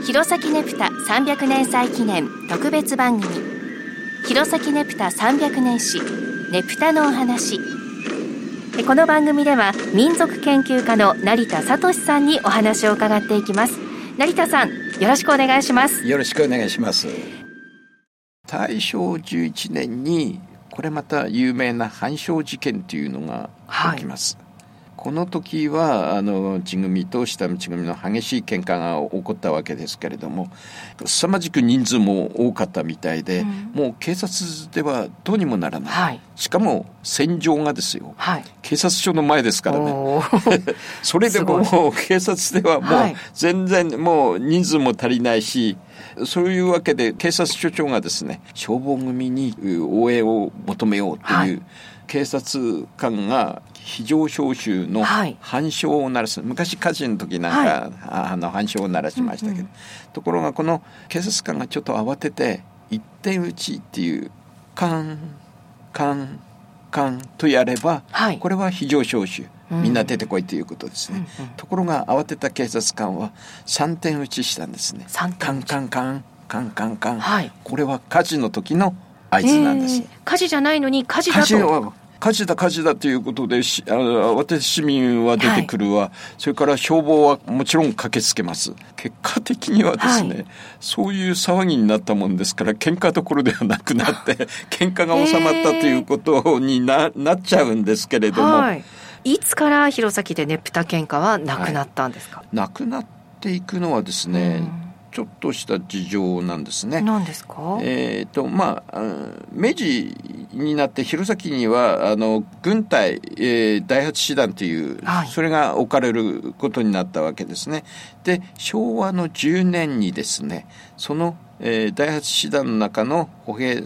弘前ねぷた300年祭記念特別番組、弘前ねぷた300年史ねぷたのお話。この番組では民族研究家の成田聡さんにお話を伺っていきます。成田さん、よろしくお願いします。 よろしくお願いします。大正11年にこれまた有名な藩商事件というのが起きます、この時は地組と下町組の激しい喧嘩が起こったわけですけれども、凄まじく人数も多かったみたいで、もう警察ではどうにもならない、しかも戦場がですよ、警察署の前ですからねそれでももう警察ではもう全然もう人数も足りないし、そういうわけで警察署長がですね、消防組に応援を求めようという、警察官が非常招集の半鐘を鳴らす、昔火事の時なんか、半鐘を鳴らしましたけど、ところがこの警察官がちょっと慌てて一点打ちっていうカンカンカンとやれば、これは非常招集、みんな出てこいということですね、ところが慌てた警察官は3点打ちしたんですね。カンカンカンカンカンカン、これは火事の時の合図なんです。 火事じゃないのに火事だと、 火事だということで慌てて市民は出てくるわ、それから消防はもちろん駆けつけます。結果的にはですね、そういう騒ぎになったもんですから、喧嘩どころではなくなって喧嘩が収まったということに なっちゃうんですけれども、 いつから弘前でねぷた喧嘩はなくなったんですか？ なくなっていくのはですね、ちょっとした事情なんですね。 何ですか？ 明治になって弘前には軍隊、第八師団という、それが置かれることになったわけですね。で、昭和の10年にですね、その第8師団の中の歩兵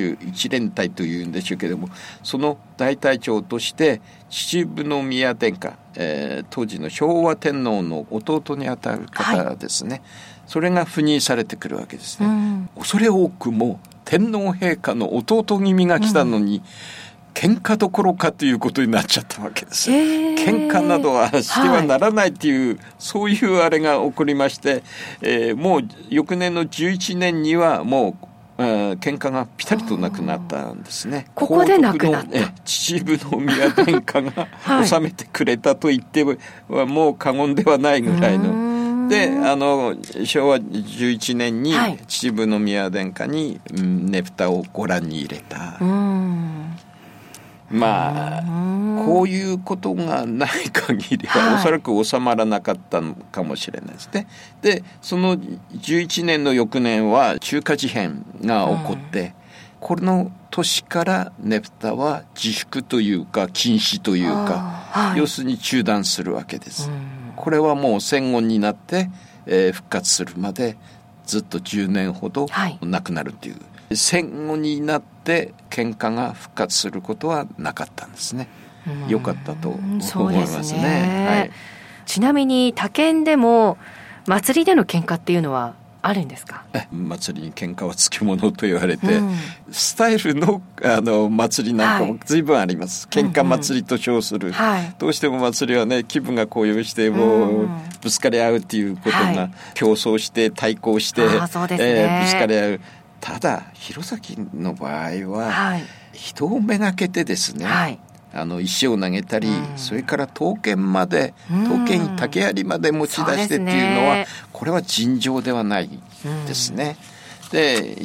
31連隊というんでしょうけれども、その大隊長として秩父宮殿下、当時の昭和天皇の弟にあたる方ですね、それが赴任されてくるわけですね、恐れ多くも天皇陛下の弟君が来たのに、喧嘩どころかということになっちゃったわけです。喧嘩などはしてはならないという、そういうあれが起こりまして、もう翌年の11年にはもう喧嘩がピタリとなくなったんですね。 ここでなくなった。 秩父宮殿下が収めてくれたと言ってはもう過言ではないぐらいので、昭和11年に秩父宮殿下にねぷたをご覧に入れた。こういうことがない限りはおそらく収まらなかったのかもしれないですね。で、その11年の翌年は中華事変が起こって、この年からねぷたは自粛というか禁止というか、要するに中断するわけです。これはもう戦後になって、復活するまでずっと10年ほどなくなるという、戦後になって喧嘩が復活することはなかったんですね。よかったと思いますね。 ちなみに他県でも祭りでの喧嘩っていうのはあるんですか？ 祭りに喧嘩はつきものと言われて、スタイルの、祭りなんかも随分あります、喧嘩祭りと称する、どうしても祭りはね、気分が高揚してもうぶつかり合うっていうことが、競争して対抗して、ぶつかり合う。ただ弘前の場合は、人をめがけてですね、石を投げたり、それから刀剣に竹槍まで持ち出してっていうのは、これは尋常ではないですね。で、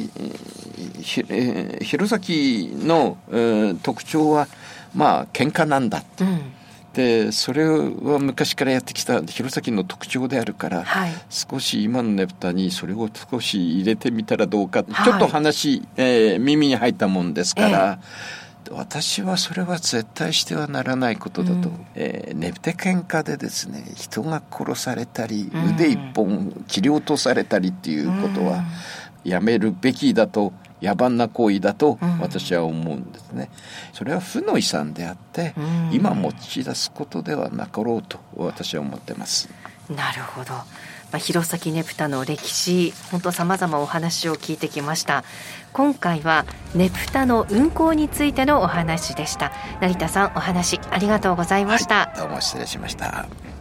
弘前の、特徴は喧嘩なんだって、でそれは昔からやってきた弘前の特徴であるから、少し今のねぷたにそれを少し入れてみたらどうか、ちょっと話、耳に入ったもんですから、私はそれは絶対してはならないことだと、ねぷた喧嘩でですね、人が殺されたり、腕一本切り落とされたりっていうことはやめるべきだと、野蛮な行為だと私は思うんですね。それは負の遺産であって、今持ち出すことではなかろうと私は思ってます。 なるほど。弘前ねぷたの歴史、本当様々お話を聞いてきました。今回はねぷたの運行についてのお話でした。成田さん、お話ありがとうございました。 どうも失礼しました。